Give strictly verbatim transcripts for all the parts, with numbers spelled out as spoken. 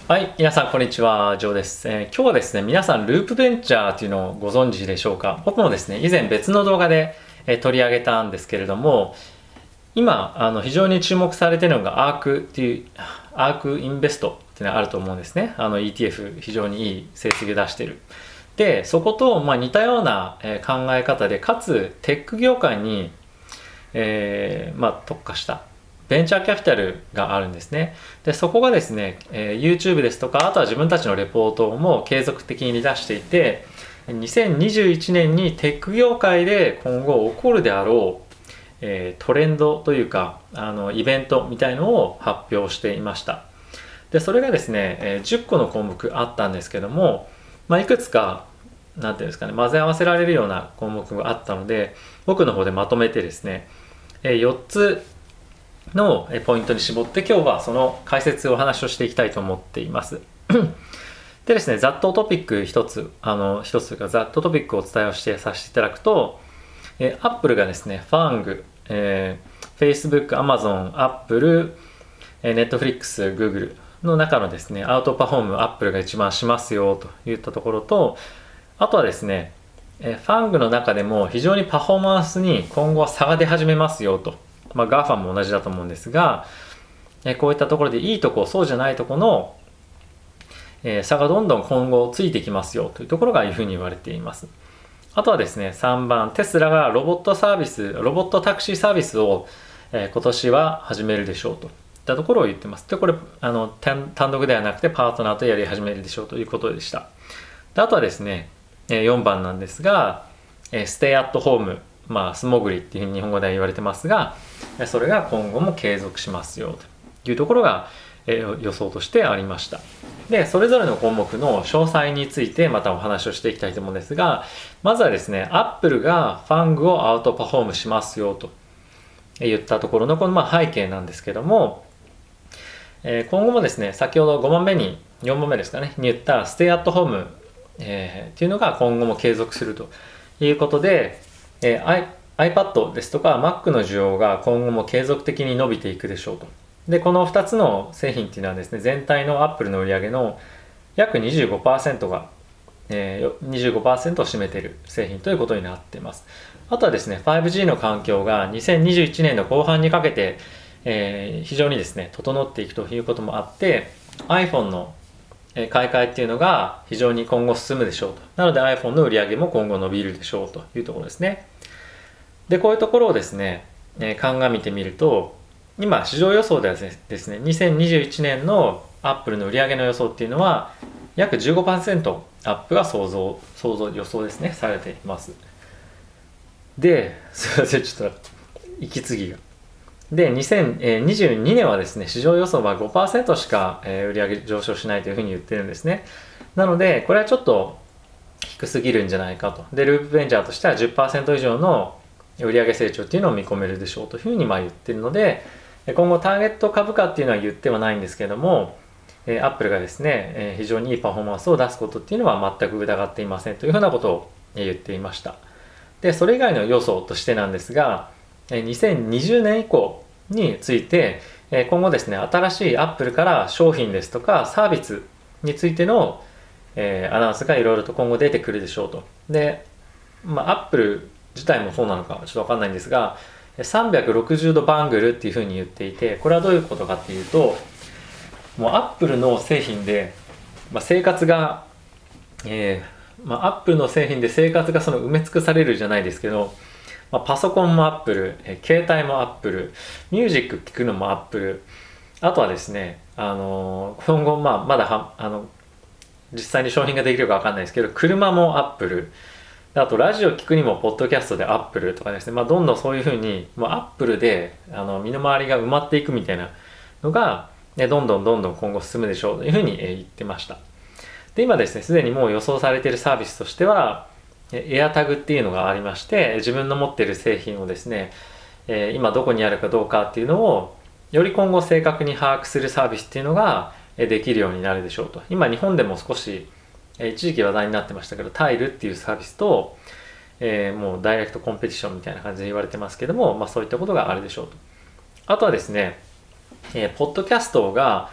はい、皆さんこんにちは、ジョーです、えー今日はですね、皆さんループベンチャーというのをご存知でしょうか。僕もですね、以前別の動画で、えー取り上げたんですけれども、今あの非常に注目されているのがアークっていうアークインベストっていうのがあると思うんですね。あの イーティーエフ 非常にいい成績を出している。で、そことまあ似たようなえー考え方で、かつテック業界に、えーまあ、特化したベンチャーキャピタルがあるんですね。で、そこがですね、えー YouTube ですとか、あとは自分たちのレポートも継続的に出していて、にせんにじゅういちねんにテック業界で今後起こるであろう、えートレンドというか、あのイベントみたいのを発表していました。で、それがですね、えーじゅっこの項目あったんですけども、まあ、いくつか、なんていうんですかね、混ぜ合わせられるような項目があったので、僕の方でまとめてですね、えーよっつのポイントに絞って今日はその解説をお話をしていきたいと思っています。でですね、ざっとトピック一つ、あの一つというかざっとトピックをお伝えをしてさせていただくと、えー、Apple がですね、ファング、えー、Facebook、Amazon、Apple、えー、Netflix、Google の中のですね、アウトパフォーム Apple が一番しますよといったところと、あとはですね、えー、ファングの中でも非常にパフォーマンスに今後は差が出始めますよと。まあ、ガーファ も同じだと思うんですが、えこういったところでいいとこ、そうじゃないとこの、えー差がどんどん今後ついてきますよというところがいうふうに言われています。あとはですね、さんばん、テスラがロボットサービス、ロボットタクシーサービスを、えー今年は始めるでしょうといったところを言ってます。で、これあの単単独ではなくてパートナーとやり始めるでしょうということでした。で、あとはですね、えーよんばんなんですが、えーステイアットホーム、まあ、素潜りっていうふうに日本語では言われてますが、えーそれが今後も継続しますよというところが、えー予想としてありました。で、それぞれの項目の詳細についてまたお話をしていきたいと思うんですが、まずはですね、Apple がファングをアウトパフォームしますよと言ったところのこのまあ背景なんですけども、えー今後もですね、先ほどごばんめに、よんばんめですかね、に言ったステイアットホーム、えーっていうのが今後も継続するということで、えー I- iPad ですとか Mac の需要が今後も継続的に伸びていくでしょうと。で、このふたつの製品っていうのはですね、全体の Apple の売り上げの約にじゅうごパーセントが、えー、にじゅうごパーセントを占めている製品ということになっています。あとはですね、ファイブジー の環境がにせんにじゅういちねんの後半にかけて、えー非常にですね、整っていくということもあって、iPhone のえー買い替えっていうのが非常に今後進むでしょうと。なので iPhone の売り上げも今後伸びるでしょうというところですね。で、こういうところをですね、えー鑑みてみると、今市場予想ではですね、にせんにじゅういちねんの Apple の売り上げの予想っていうのは約じゅうごパーセントアップが想像、想像予想ですね、されています。で、すいません、ちょっと息継ぎが。で、にせんにじゅうにねんはですね、市場予想はごパーセントしか、えー売上上昇しないというふうに言ってるんですね。なので、これはちょっと低すぎるんじゃないかと。で、ループベンチャーとしてはじゅっパーセント以上の売上成長っていうのを見込めるでしょうというふうにまあ言ってるので、今後ターゲット株価っていうのは言ってはないんですけども、えー、アップルがですね、えー非常にいいパフォーマンスを出すことっていうのは全く疑っていませんというふうなことをえー言っていました。で、それ以外の要素としてなんですが、えーにせんにじゅうねん以降について、えー今後ですね、新しいアップルから商品ですとかサービスについての、えーアナウンスがいろいろと今後出てくるでしょうと。で、まあ、アップル自体もそうなのかちょっとわかんないんですが、さんびゃくろくじゅうどバングルっていうふうに言っていて、これはどういうことかっていうと、もうアップルの製品で、まあ、生活が、えーまあ、アップルの製品で生活がその埋め尽くされるじゃないですけど、まあ、パソコンもアップル、えー携帯もアップル、ミュージック聴くのもアップル、あとはですね、あのー今後、まあ、まだはあの実際に商品ができるかわかんないですけど、車もアップル、あとラジオ聞くにもポッドキャストでアップルとかですね、まあ、どんどんそういうふうに、まあ、アップルであの身の回りが埋まっていくみたいなのが、ね、どんどんどんどん今後進むでしょうというふうにえー言ってました。で、今ですね、すでにもう予想されているサービスとしては、エアタグっていうのがありまして、自分の持っている製品をですね、えー今どこにあるかどうかっていうのをより今後正確に把握するサービスっていうのがえーできるようになるでしょうと。今日本でも少しえー一時期話題になってましたけど、タイルっていうサービスと、えーもうダイレクトコンペティションみたいな感じで言われてますけども、まあ、そういったことがあるでしょうと。あとはですね、えーポッドキャストが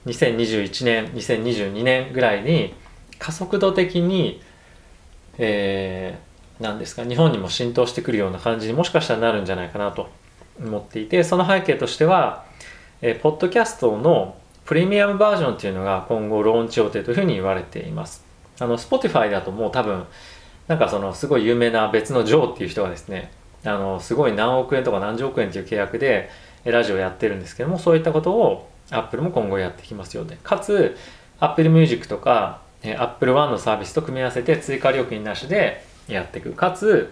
にせんにじゅういちねんにせんにじゅうにねんぐらいに加速度的に、えー、何ですか日本にも浸透してくるような感じにもしかしたらなるんじゃないかなと思っていて、その背景としては、えー、ポッドキャストのプレミアムバージョンっていうのが今後ローンチ予定というふうに言われています。あの Spotify だともう多分なんかそのすごい有名な別のジョーっていう人がですね、あのすごい何億円とか何十億円という契約でラジオやってるんですけども、そういったことを Apple も今後やってきますよね。かつ Apple Music とか Apple One のサービスと組み合わせて追加料金なしでやっていく。かつ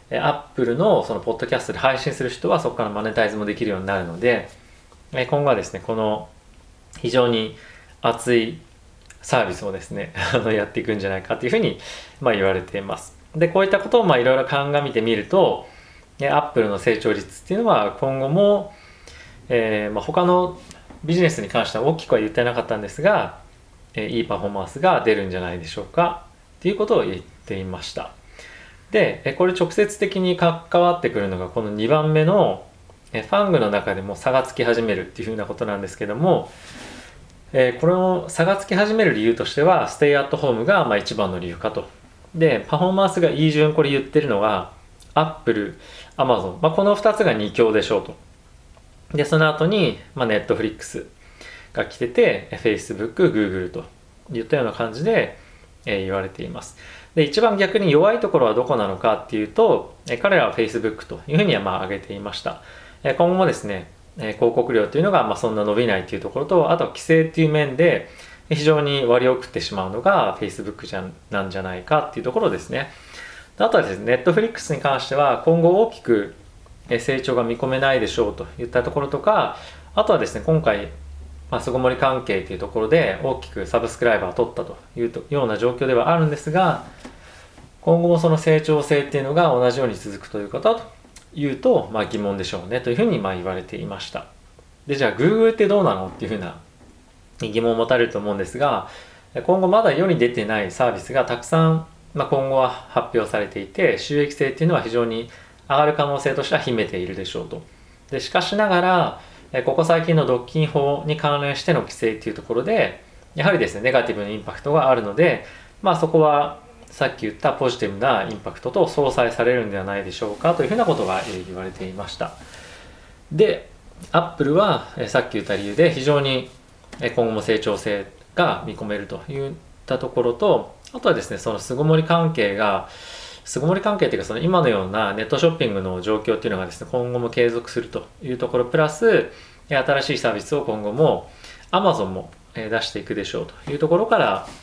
Apple のそのポッドキャストで配信する人はそこからマネタイズもできるようになるので、今後はですねこの非常に熱いサービスをですねやっていくんじゃないかというふうにまあ言われています。でこういったことをまあいろいろ鑑みてみると、Apple の成長率っていうのは今後も、えーまあ、他のビジネスに関しては大きくは言ってなかったんですが、えー、いいパフォーマンスが出るんじゃないでしょうかっていうことを言っていました。でこれ直接的に関わってくるのがこのにばんめのファングの中でも差がつき始めるっていうふうなことなんですけども、えー、この差がつき始める理由としてはステイアットホームがまあ一番の理由かと。でパフォーマンスがいい順、これ言ってるのがApple、Amazon、まあ、このふたつがに強でしょうと。でその後に、まあ、Netflix が来てて Facebook、Google といったような感じで、えー、言われています。で一番逆に弱いところはどこなのかっていうと、えー、彼らは Facebook というふうにはまあ挙げていました。えー、今後もですね、えー、広告料というのがまあそんな伸びないというところと、あとは規制っていう面で非常に割を食ってしまうのが Facebook じゃなんじゃないかっていうところですね。あとはですね、Netflix に関しては今後大きく成長が見込めないでしょうといったところとか、あとはですね、今回、まあ、巣ごもり関係というところで大きくサブスクライバーを取ったというような状況ではあるんですが、今後もその成長性っていうのが同じように続くということというと、まあ、疑問でしょうねというふうにまあ言われていました。で、じゃあ Google ってどうなのっていうふうな疑問を持たれると思うんですが、今後まだ世に出てないサービスがたくさん、まあ、今後は発表されていて、収益性っていうのは非常に上がる可能性としては秘めているでしょうと。でしかしながらここ最近の独禁法に関連しての規制っていうところでやはりですねネガティブなインパクトがあるので、まあそこはさっき言ったポジティブなインパクトと相殺されるんではないでしょうかというふうなことが言われていました。で、Apple はさっき言った理由で非常に今後も成長性が見込めるといったところと、あとはですねその巣ごもり関係が巣ごもり関係というかその今のようなネットショッピングの状況っていうのがですね今後も継続するというところプラス新しいサービスを今後も Amazon も出していくでしょうというところから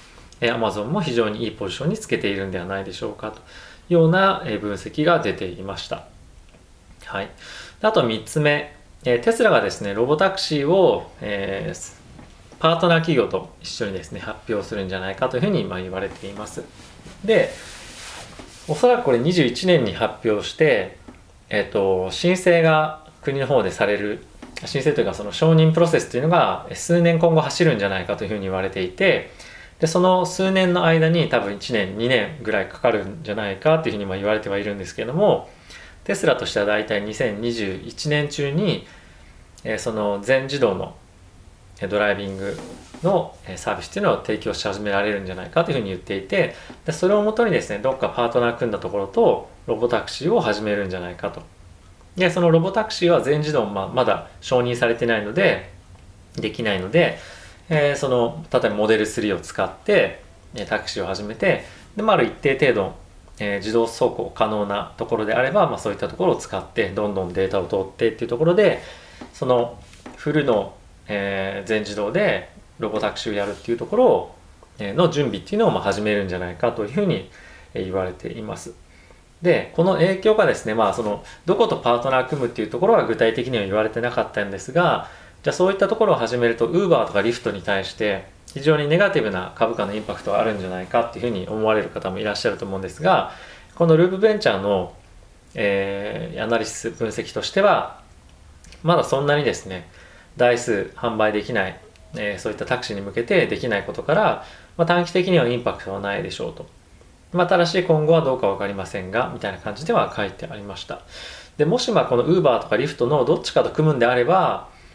Amazon も非常にいいポジションにつけているんではないでしょうかというような分析が出ていました。はい。あとみっつめ、テスラがですねロボタクシーを、えー、パートナー企業と一緒にですね発表するんじゃないかというふうにまあ言われています。でおそらくこれにじゅういちねんに発表して、えっと、申請が国の方でされる、申請というかその承認プロセスというのが数年今後走るんじゃないかというふうに言われていて、でその数年の間に多分いちねん、にねんぐらいかかるんじゃないかというふうにまあ言われてはいるんですけども、テスラとしてはだいたいにせんにじゅういちねん中に、えー、その全自動のドライビングのサービスっていうのを提供し始められるんじゃないかというふうに言っていて、でそれをもとにですねどっかパートナー組んだところとロボタクシーを始めるんじゃないかと。でそのロボタクシーは全自動ままだ承認されてないのでできないので、えー、その例えばモデルスリーを使ってタクシーを始めて、で、まあ、ある一定程度、えー、自動走行可能なところであれば、まあ、そういったところを使ってどんどんデータを取ってっていうところでそのフルのえー、全自動でロボタクシーをやるっていうところを、えー、の準備っていうのをまあ始めるんじゃないかというふうに言われています。でこの影響がですね、まあ、そのどことパートナー組むっていうところは具体的には言われてなかったんですが、じゃあそういったところを始めると Uber とか Lyft に対して非常にネガティブな株価のインパクトがあるんじゃないかっていうふうに思われる方もいらっしゃると思うんですが、このループベンチャーの、えー、アナリシス分析としてはまだそんなにですね台数販売できない、えー、そういったタクシーに向けてできないことから、まあ、短期的にはインパクトはないでしょうと。まあ、ただし今後はどうか分かりませんがみたいな感じでは書いてありました。でもしまあこの Uber とか Lyft のどっちかと組むんであれば、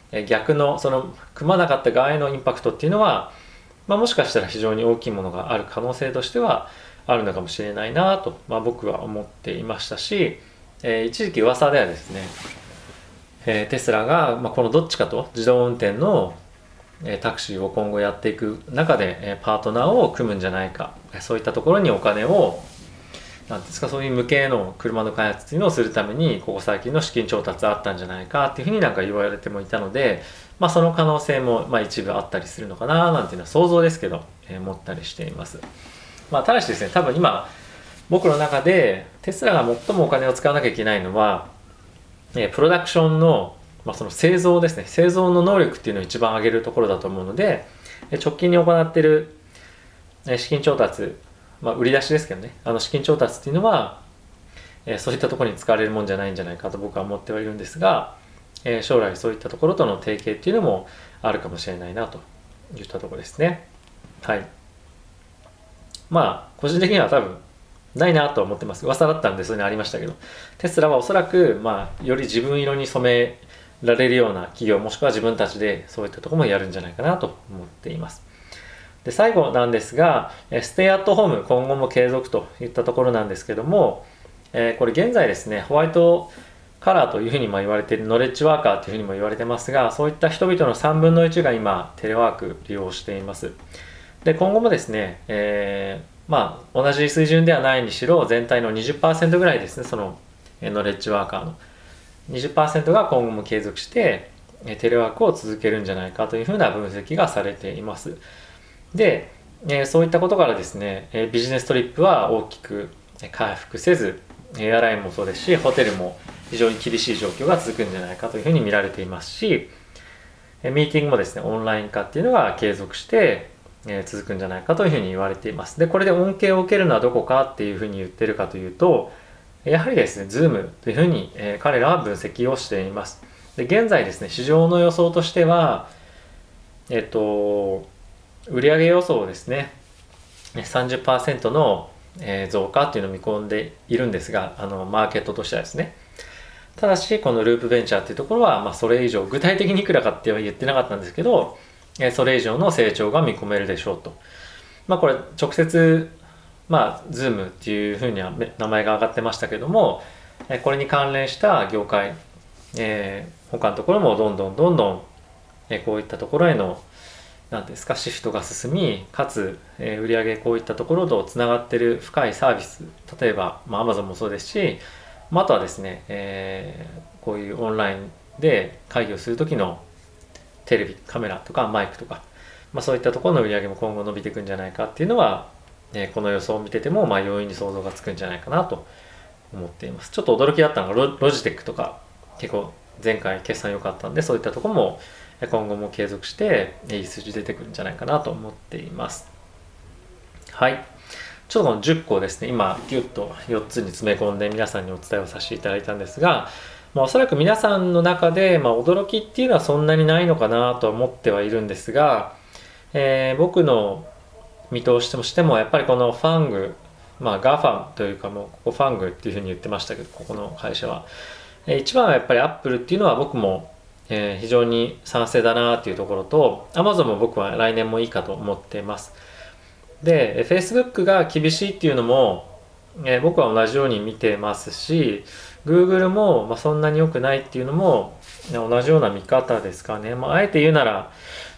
え逆のその組まなかった側へのインパクトっていうのは、まあ、もしかしたら非常に大きいものがある可能性としてはあるのかもしれないなと、まあ、僕は思っていましたし、えー、一時期噂ではですね、えー、テスラが、まあ、このどっちかと自動運転のタクシーを今後やっていく中でパートナーを組むんじゃないか、そういったところにお金をなんですか、そういう向けの車の開発っていうのをするためにここ最近の資金調達あったんじゃないかっていうふうになんか言われてもいたので、まあ、その可能性もまあ一部あったりするのかななんていうのは想像ですけど、えー、持ったりしています。まあ、ただしですね、多分今僕の中でテスラが最もお金を使わなきゃいけないのは、えー、プロダクションのまあ、その製造ですね、製造の能力っていうのを一番上げるところだと思うので、直近に行っている資金調達、まあ、売り出しですけどね、あの資金調達っていうのは、えそういったところに使われるもんじゃないんじゃないかと僕は思ってはいるんですが、え将来そういったところとの提携っていうのもあるかもしれないなといったところですね。はい。まあ個人的には多分ないなと思ってます。噂だったんでそういうのありましたけど、テスラはおそらく、まあ、より自分色に染められるような企業もしくは自分たちでそういったところもやるんじゃないかなと思っています。で最後なんですが、ステイアットホーム今後も継続といったところなんですけども、えー、これ現在ですねホワイトカラーというふうにも言われているノレッジワーカーというふうにも言われてますが、そういった人々のさんぶんのいちが今テレワーク利用しています。で今後もですね、えー、まあ同じ水準ではないにしろ全体の にじゅっパーセント ぐらいですね、そのノレッジワーカーの にじゅっパーセント が今後も継続してテレワークを続けるんじゃないかというふうな分析がされています。で、そういったことからですね、ビジネストリップは大きく回復せず、エアラインもそうですし、ホテルも非常に厳しい状況が続くんじゃないかというふうに見られていますし、ミーティングもですね、オンライン化っていうのが継続して続くんじゃないかというふうに言われています。で、これで恩恵を受けるのはどこかっていうふうに言ってるかというと、やはりですね、Zoom というふうに、えー、彼らは分析をしています。で、現在ですね、市場の予想としては、えっと、売上予想をですね、さんじゅっパーセント の増加っていうのを見込んでいるんですが、あの、マーケットとしてはですね。ただし、このループベンチャーっていうところは、まあ、それ以上、具体的にいくらかっては言ってなかったんですけど、それ以上の成長が見込めるでしょうと。まあ、これ、直接、まあ、Zoom っていうふうには名前が挙がってましたけども、これに関連した業界、えー、他のところもどんどんどんどん、えー、こういったところへの何ですかシフトが進み、かつ、えー、売上こういったところとつながっている深いサービス、例えば、まあ、Amazon もそうですし、まあ、あとはですね、えー、こういうオンラインで会議をする時のテレビ、カメラとかマイクとか、まあ、そういったところの売り上げも今後伸びていくんじゃないかっていうのは、えー、この予想を見てても、まあ、容易に想像がつくんじゃないかなと思っています。ちょっと驚きだったのが ロ, ロジテックとか結構前回決算良かったんで、そういったところも今後も継続していい数字出てくるんじゃないかなと思っています。はい。ちょっとこのじゅっこをですね、今ギュッとよっつに詰め込んで皆さんにお伝えをさせていただいたんですが、まあ、おそらく皆さんの中で、まあ、驚きっていうのはそんなにないのかなと思ってはいるんですが、えー、僕の見通しとしてもやっぱりこのファング、まあ ガファム というかもうここファングっていうふうに言ってましたけど、ここの会社は、えー、一番はやっぱりアップルっていうのは僕も、えー、非常に賛成だなっていうところと、 Amazon も僕は来年もいいかと思っています。で Facebook が厳しいっていうのも、えー、僕は同じように見てますし、 Google も、まあ、そんなに良くないっていうのも同じような見方ですかね。まあ、あえて言うなら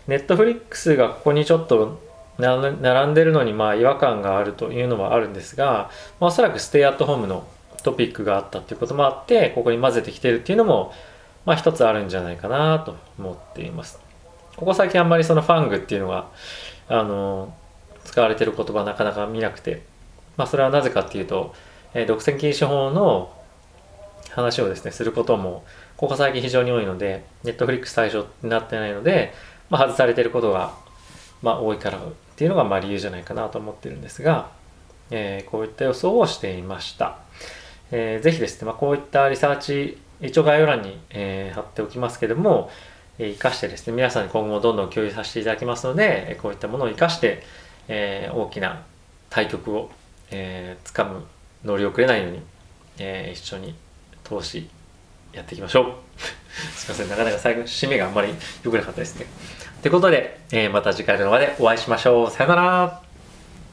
Netflix がここにちょっと並んでるのにまあ違和感があるというのはあるんですが、まあ、おそらくステイアットホームのトピックがあったっていうこともあってここに混ぜてきてるっていうのもまあ一つあるんじゃないかなと思っています。ここ最近あんまりそのファングっていうのがあの使われてる言葉なかなか見なくて、まあ、それはなぜかっていうと、えー、独占禁止法の話をですねすることもここ最近非常に多いので、ネットフリックス対象になってないので、まあ、外されていることがまあ多いからっていうのがまあ理由じゃないかなと思ってるんですが、えー、こういった予想をしていました。えー、ぜひですね、まあ、こういったリサーチ一応概要欄に、えー、貼っておきますけども、えー、活かしてですね皆さんに今後もどんどん共有させていただきますので、こういったものを活かして、えー、大きな対局を、えー、掴む乗り遅れないように、えー、一緒に投資やっていきましょうすいません、なかなか最後、締めがあんまり良くなかったですね。ということで、えーまた次回の動画でお会いしましょう。さよなら。